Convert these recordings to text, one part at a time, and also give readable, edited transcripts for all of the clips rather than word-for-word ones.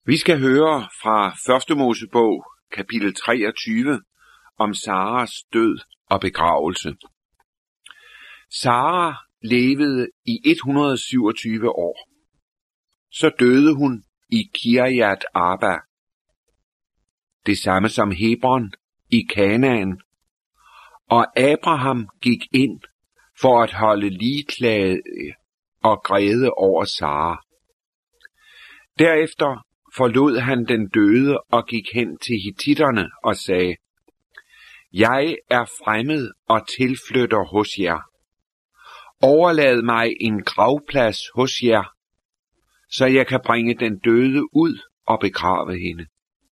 Vi skal høre fra 1. Mosebog, kapitel 23, om Saras død og begravelse. Sara levede i 127 år. Så døde hun i Kirjat Arba, det samme som Hebron i Kanaan, og Abraham gik ind for at holde ligeklage og græde over Sara. Derefter forlod han den døde og gik hen til hittitterne og sagde: Jeg er fremmed og tilflytter hos jer. Overlad mig en gravplads hos jer, så jeg kan bringe den døde ud og begrave hende.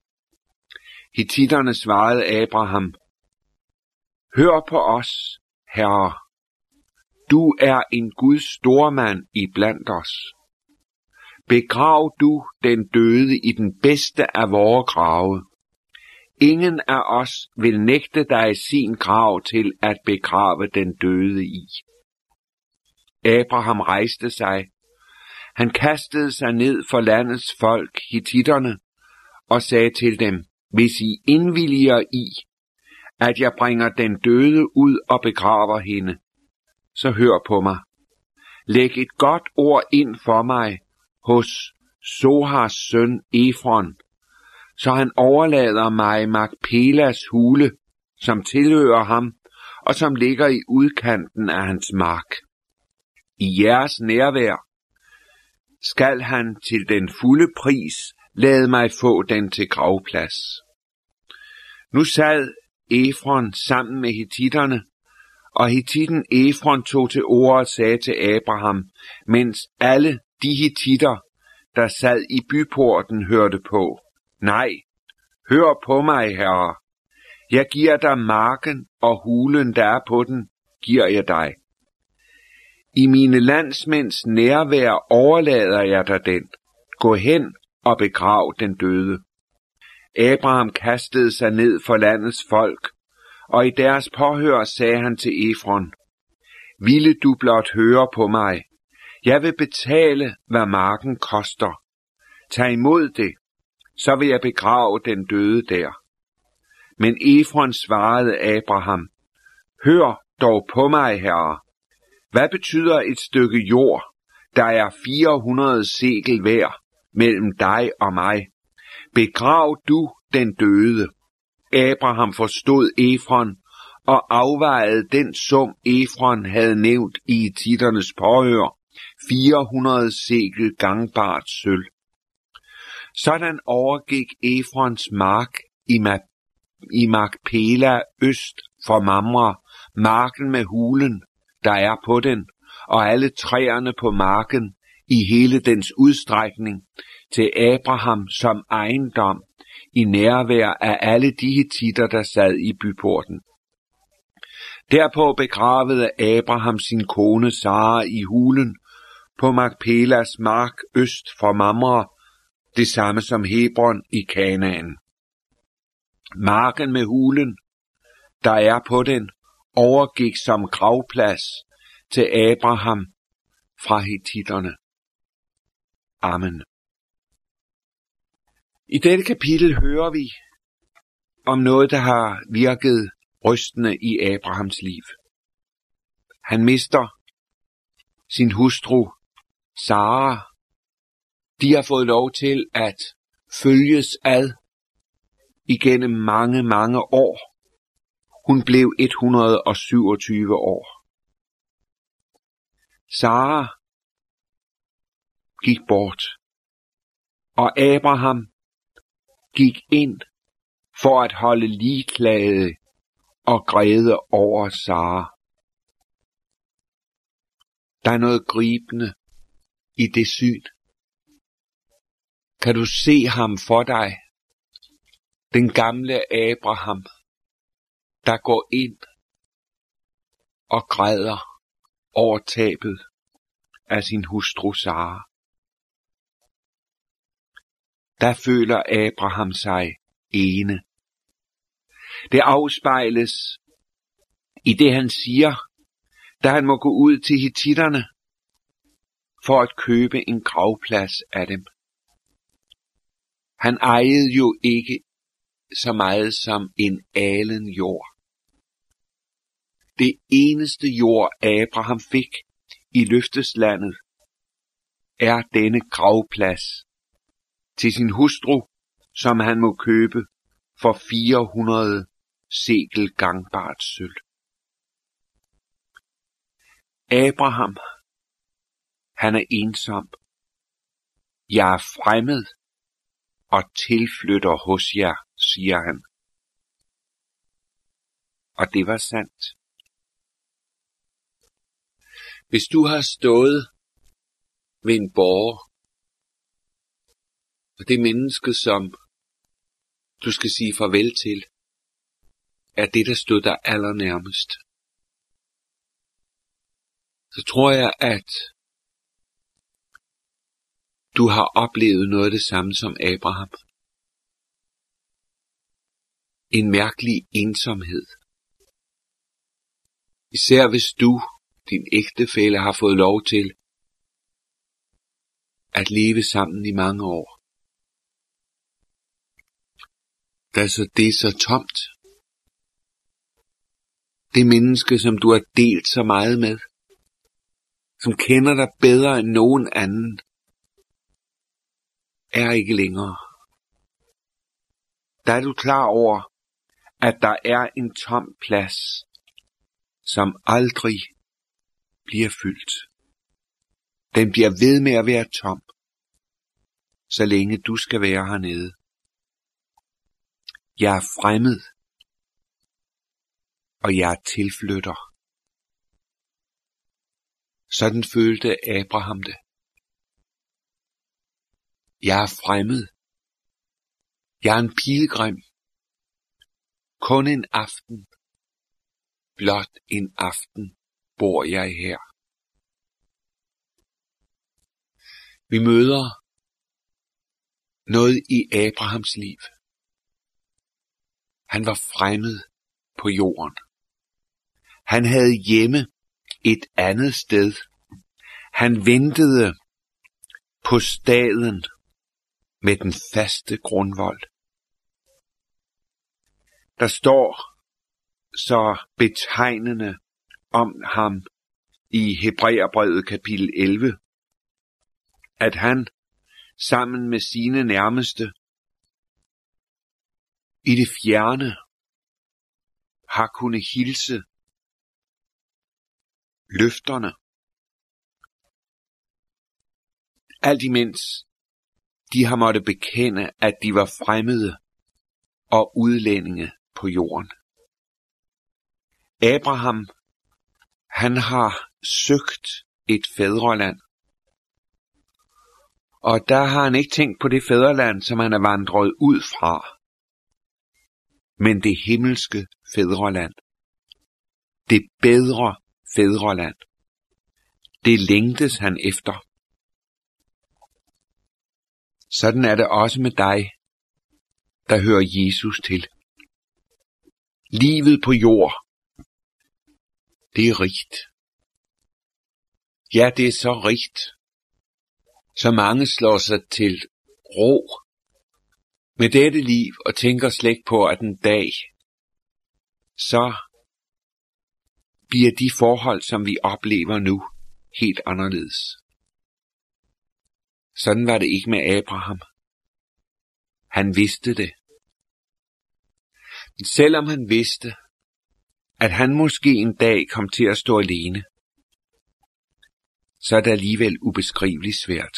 Hittitterne svarede Abraham: Hør på os, Herre. Du er en Guds stormand iblandt os. Begrav du den døde i den bedste af vore grave. Ingen af os vil nægte dig sin grav til at begrave den døde i. Abraham rejste sig. Han kastede sig ned for landets folk, hittitterne, og sagde til dem: Hvis I indvilliger i, at jeg bringer den døde ud og begraver hende, så hør på mig. Læg et godt ord ind for mig hos Sohars søn Efron, så han overlader mig Makpelas hule, som tilhører ham, og som ligger i udkanten af hans mark. I jeres nærvær skal han til den fulde pris lade mig få den til gravplads. Nu sad Efron sammen med hittitterne, og hittitten Efron tog til ord og sagde til Abraham, mens alle de hittitter, der sad i byporten, hørte på: Nej, hør på mig, herre. Jeg giver dig marken, og hulen, der er på den, giver jeg dig. I mine landsmænds nærvær overlader jeg dig den. Gå hen og begrav den døde. Abraham kastede sig ned for landets folk, og i deres påhør sagde han til Efron: Ville du blot høre på mig? Jeg vil betale, hvad marken koster. Tag imod det, så vil jeg begrave den døde der. Men Efron svarede Abraham: Hør dog på mig, herre. Hvad betyder et stykke jord, der er 400 sekel værd, mellem dig og mig? Begrav du den døde. Abraham forstod Efron og afvejede den sum, Efron havde nævnt i hittitternes påhør, 400 sekel gangbart sølv. Sådan overgik Efrons mark i Makpela øst for Mamre, marken med hulen, der er på den, og alle træerne på marken i hele dens udstrækning, til Abraham som ejendom i nærvær af alle de hittitter, der sad i byporten. Derpå begravede Abraham sin kone Sara i hulen på Makpelas mark øst for Mamre, det samme som Hebron i Kanaan. Marken med hulen, der er på den, overgik som gravplads til Abraham fra hittitterne. Amen. I dette kapitel hører vi om noget, der har virket rystende i Abrahams liv. Han mister sin hustru Sara. De har fået lov til at følges ad igennem mange, mange år. Hun blev 127 år. Sara gik bort, og Abraham gik ind for at holde ligeklage og græde over Sara. Der er noget gribende i det syn. Kan du se ham for dig? Den gamle Abraham, der går ind og græder over tabet af sin hustru Sara. Der føler Abraham sig ene. Det afspejles i det, han siger, da han må gå ud til hittitterne for at købe en gravplads af dem. Han ejede jo ikke så meget som en alen jord. Det eneste jord, Abraham fik i løfteslandet, er denne gravplads til sin hustru, som han må købe for 400 sekel gangbart sølv. Abraham, han er ensom. Jeg er fremmed og tilflytter hos jer, siger han. Og det var sandt. Hvis du har stået ved en borger, og det menneske, som du skal sige farvel til, er det, der stod dig allernærmest, så tror jeg, at du har oplevet noget af det samme som Abraham. En mærkelig ensomhed. Især hvis du, din ægtefælle, har fået lov til at leve sammen i mange år. Det er så tomt. Det menneske, som du har delt så meget med, som kender dig bedre end nogen anden, er ikke længere. Der er du klar over, at der er en tom plads, som aldrig bliver fyldt. Den bliver ved med at være tom, så længe du skal være hernede. Jeg er fremmed, og jeg er tilflytter. Sådan følte Abraham det. Jeg er fremmed. Jeg er en pilgrim. Kun en aften, blot en aften, bor jeg her. Vi møder noget i Abrahams liv. Han var fremmed på jorden. Han havde hjemme et andet sted. Han ventede på staden med den faste grundvold. Der står så betegnende om ham i Hebræerbrevet kapitel 11, at han sammen med sine nærmeste i det fjerne har kunnet hilse løfterne. Alt imens de har måttet bekende, at de var fremmede og udlændinge på jorden. Abraham, han har søgt et fædreland. Og der har han ikke tænkt på det fædreland, som han er vandret ud fra, men det himmelske fædreland. Det bedre fædreland. Det længtes han efter. Sådan er det også med dig, der hører Jesus til. Livet på jord, det er rigt. Ja, det er så rigt, så mange slår sig til ro med dette liv og tænker slet ikke på, at en dag, så bliver de forhold, som vi oplever nu, helt anderledes. Sådan var det ikke med Abraham. Han vidste det. Men selvom han vidste, at han måske en dag kom til at stå alene, så er det alligevel ubeskriveligt svært.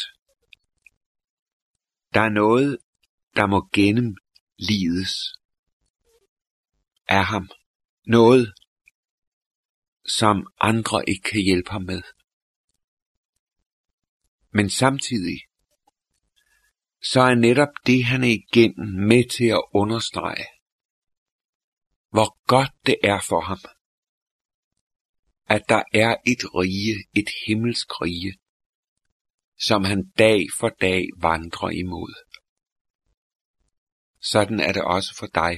Der er noget, der må gennemlides af ham. Noget, som andre ikke kan hjælpe ham med. Men samtidig, så er netop det, han er igennem, med til at understrege, hvor godt det er for ham, at der er et rige, et himmelsk rige, som han dag for dag vandrer imod. Sådan er det også for dig,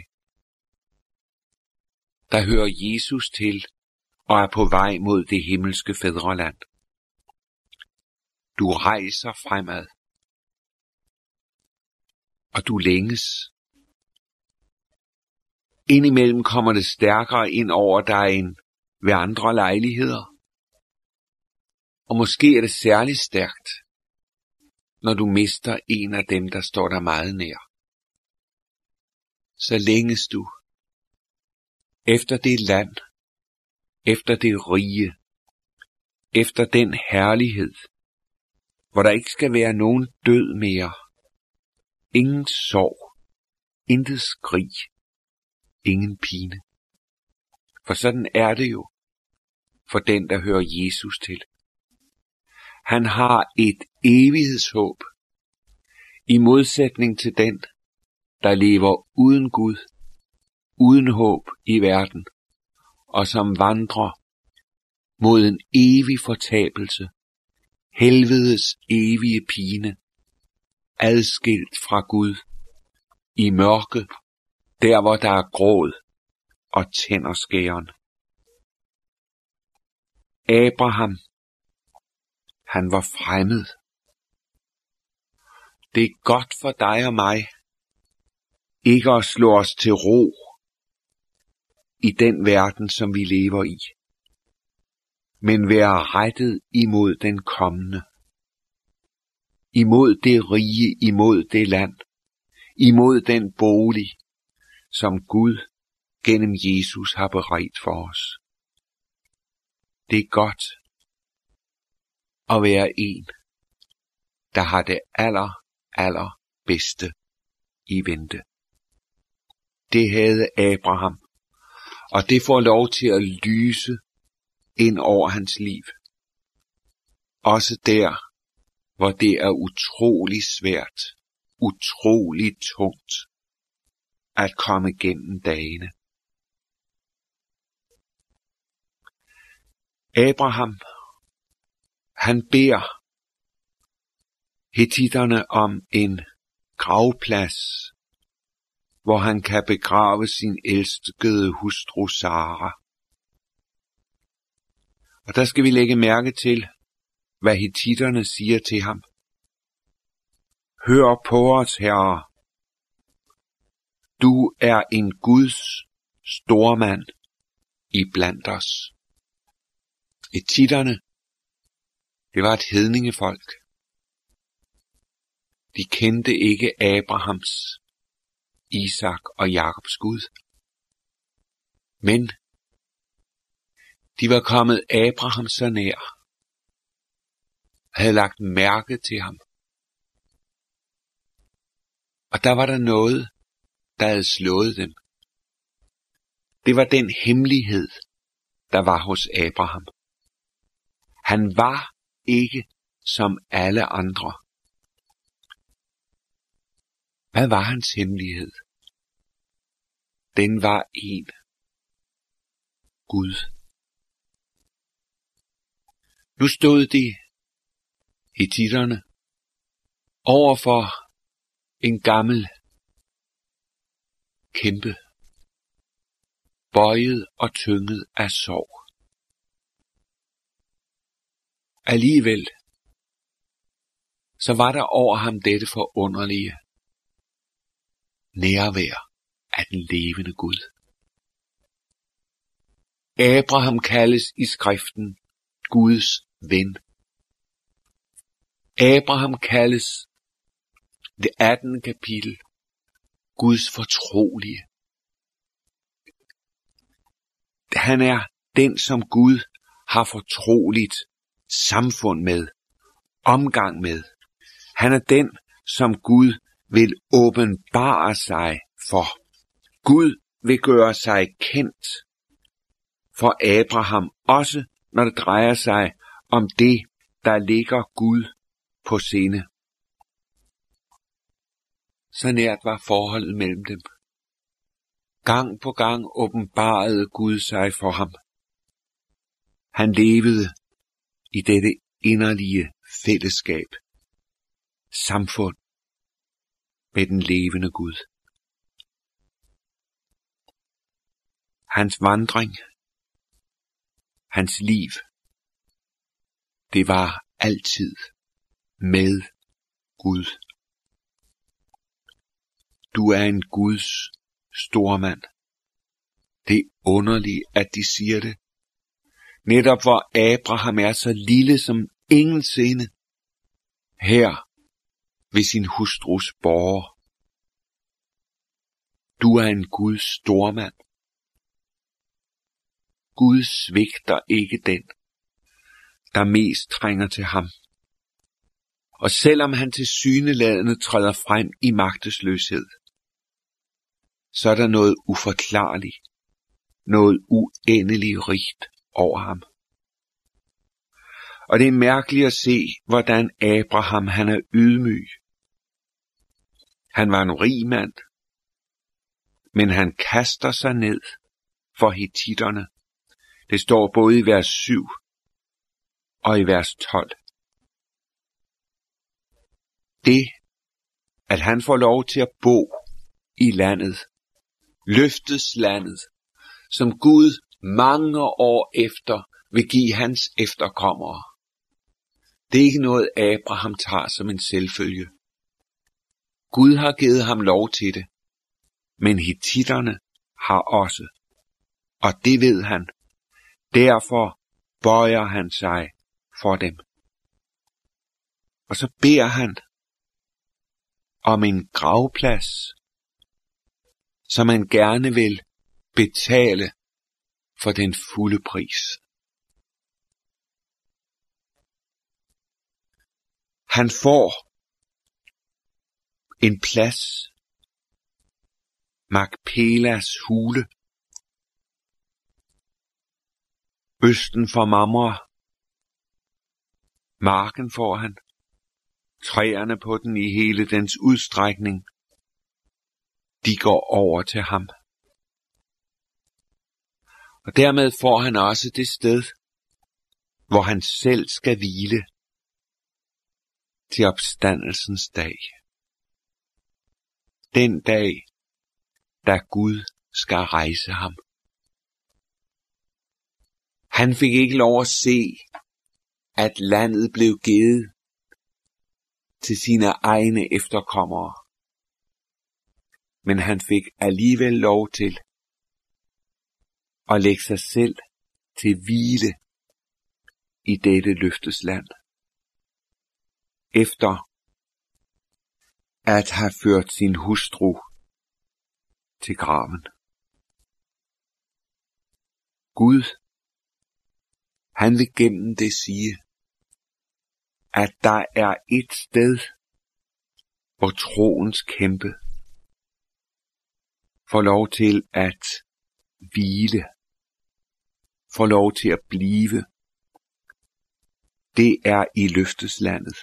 der hører Jesus til og er på vej mod det himmelske fædreland. Du rejser fremad, og du længes. Indimellem kommer det stærkere ind over dig end ved andre lejligheder. Og måske er det særligt stærkt, når du mister en af dem, der står dig meget nær. Så længes du efter det land, efter det rige, efter den herlighed, hvor der ikke skal være nogen død mere, ingen sorg, intet skrig, ingen pine. For sådan er det jo for den, der hører Jesus til. Han har et evighedshåb, i modsætning til den, der lever uden Gud, uden håb i verden, og som vandrer mod en evig fortabelse, helvedes evige pine, adskilt fra Gud, i mørke, der hvor der er gråd og tænderskæren. Abraham, han var fremmed. Det er godt for dig og mig, ikke at slå os til ro i den verden, som vi lever i, men være rettet imod den kommende, imod det rige, imod det land, imod den bolig, som Gud gennem Jesus har beredt for os. Det er godt at være en, der har det aller bedste i vente. Det havde Abraham, og det får lov til at lyse ind over hans liv. Også der, hvor det er utrolig svært, utrolig tungt at komme gennem dagene. Abraham, han beder hetitterne om en gravplads, hvor han kan begrave sin elskede hustru Sara. Og der skal vi lægge mærke til, hvad hetitterne siger til ham. Hør på os, Herre. Du er en Guds stormand iblandt os. Hetitterne, det var et hedningefolk. De kendte ikke Abrahams, Isak og Jakobs Gud. Men de var kommet Abraham så nær, havde lagt mærke til ham. Og der var der noget, der havde slået dem. Det var den hemmelighed, der var hos Abraham. Han var ikke som alle andre. Hvad var hans hemmelighed? Den var en. Gud. Nu stod de, hetitterne, overfor en gammel kæmpe, bøjet og tynget af sorg. Alligevel, så var der over ham dette forunderlige nærvær af den levende Gud. Abraham kaldes i skriften Guds ven. Abraham kaldes det 18. kapitel Guds fortrolige. Han er den, som Gud har fortroligt samfund med, omgang med. Han er den, som Gud vil åbenbare sig for. Gud vil gøre sig kendt for Abraham, også når det drejer sig om det, der ligger Gud på sinde. Så nært var forholdet mellem dem. Gang på gang åbenbarede Gud sig for ham. Han levede i dette inderlige fællesskab, samfund med den levende Gud. Hans vandring, hans liv, det var altid med Gud. du er en Guds stormand. Det er underligt, at de siger det. Netop hvor Abraham er så lille som ingensinde, her ved sin hustrus borger. Du er en Guds stormand. Gud svigter ikke den, der mest trænger til ham. Og selvom han tilsyneladende træder frem i magtesløshed, så er der noget uforklarligt, noget uendeligt rigt over ham. Og det er mærkeligt at se, hvordan Abraham han er ydmyg. Han var en rig mand, men han kaster sig ned for hetitterne. Det står både i vers 7 og i vers 12. Det, at han får lov til at bo i landet, løfteslandet, som Gud mange år efter vil give hans efterkommere. Det er ikke noget, Abraham tager som en selvfølge. Gud har givet ham lov til det, men hetitterne har også, og det ved han. Derfor bøjer han sig for dem. Og så beder han om en gravplads, som han gerne vil betale for den fulde pris. Han får en plads, Makpelas hule, østen for Mamre. Marken får han, træerne på den i hele dens udstrækning, de går over til ham. Og dermed får han også det sted, hvor han selv skal hvile til opstandelsens dag. Den dag, da Gud skal rejse ham. Han fik ikke lov at se, at landet blev givet til sine egne efterkommere. Men han fik alligevel lov til at lægge sig selv til hvile i dette løftesland. Efter at have ført sin hustru til graven. Gud, han vil gennem det sige, at der er et sted, hvor troens kæmpe får lov til at hvile, får lov til at blive. Det er i løfteslandet.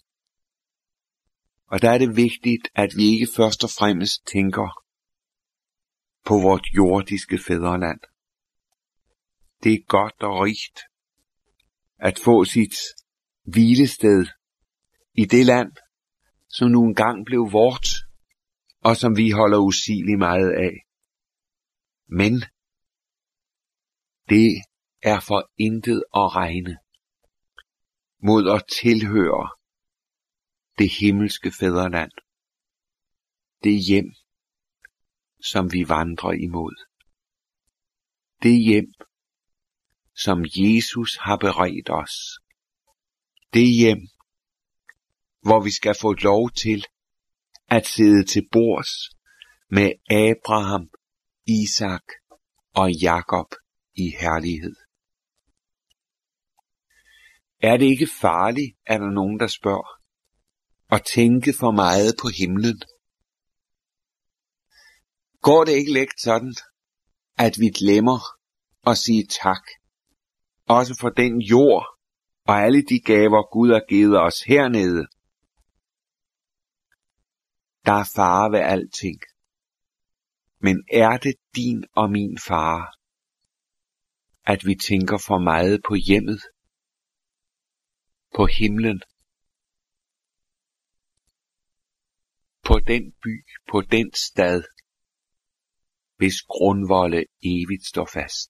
Og der er det vigtigt, at vi ikke først og fremmest tænker på vort jordiske fædreland. Det er godt og rigt at få sit hvilested i det land, som nu engang blev vort, og som vi holder usigeligt meget af. Men det er for intet at regne mod at tilhøre det himmelske fædreland. Det hjem, som vi vandrer imod. Det hjem, som Jesus har beredt os. Det hjem, hvor vi skal få lov til at sidde til bords med Abraham, Isak og Jakob i herlighed. Er det ikke farligt, er der nogen, der spørger, at tænke for meget på himlen? Går det ikke let sådan, at vi glemmer at sige tak, også for den jord og alle de gaver, Gud har givet os hernede? Der er fare ved alting. Men er det din og min fare, at vi tænker for meget på hjemmet, på himlen, på den by, på den stad, hvis grundvolde evigt står fast?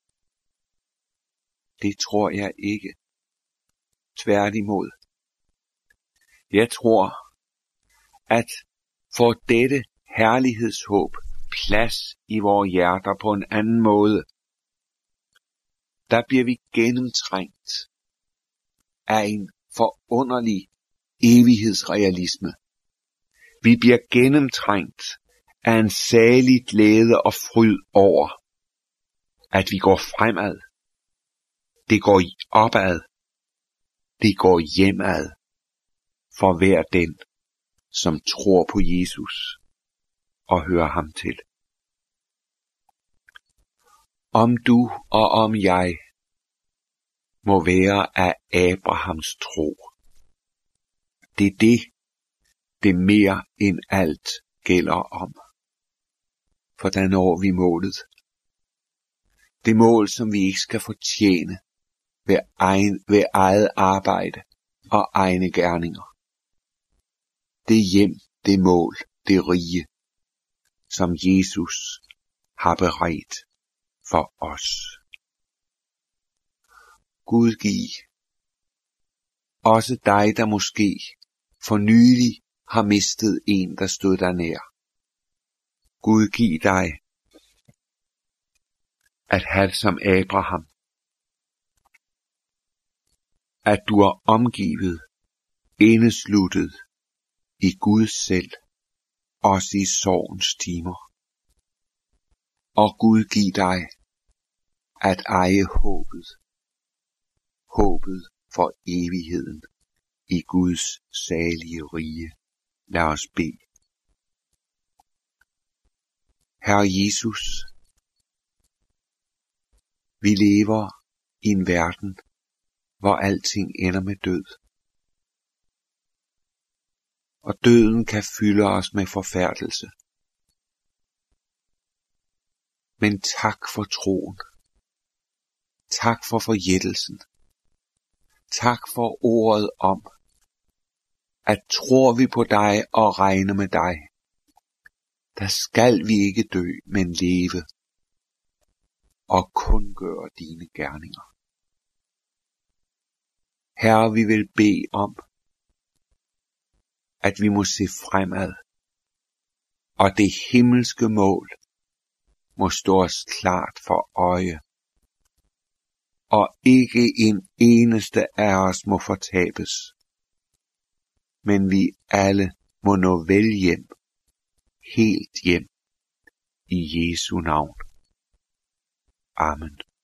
Det tror jeg ikke. Tværtimod. Jeg tror, at for dette herlighedshåb plads i vores hjerter på en anden måde. Der bliver vi gennemtrængt af en forunderlig evighedsrealisme. Vi bliver gennemtrængt af en salig glæde og fryd over, at vi går fremad. Det går opad. Det går hjemad for hver den, som tror på Jesus og hører ham til. Om du og om jeg må være af Abrahams tro. Det er det mere end alt gælder om. For der når vi målet. Det mål, som vi ikke skal fortjene ved eget arbejde og egne gerninger. Det hjem, det mål, det rige, som Jesus har beredt for os. Gud giv også dig, der måske for nylig har mistet en, der stod dig nær. Gud giv dig at have som Abraham, at du er omgivet, indesluttet i Gud selv, også i sorgens timer. Og Gud giv dig at eje håbet for evigheden i Guds salige rige. Lad os bede. Herre Jesus, vi lever i en verden, hvor alting ender med død. Og døden kan fylde os med forfærdelse. Men tak for troen. Tak for forjættelsen. Tak for ordet om, at tror vi på dig og regner med dig, der skal vi ikke dø, men leve og kun gøre dine gerninger. Herre, vi vil bede om, at vi må se fremad, og det himmelske mål må stå os klart for øje, og ikke en eneste af os må fortabes, men vi alle må nå vel hjem, helt hjem, i Jesu navn. Amen.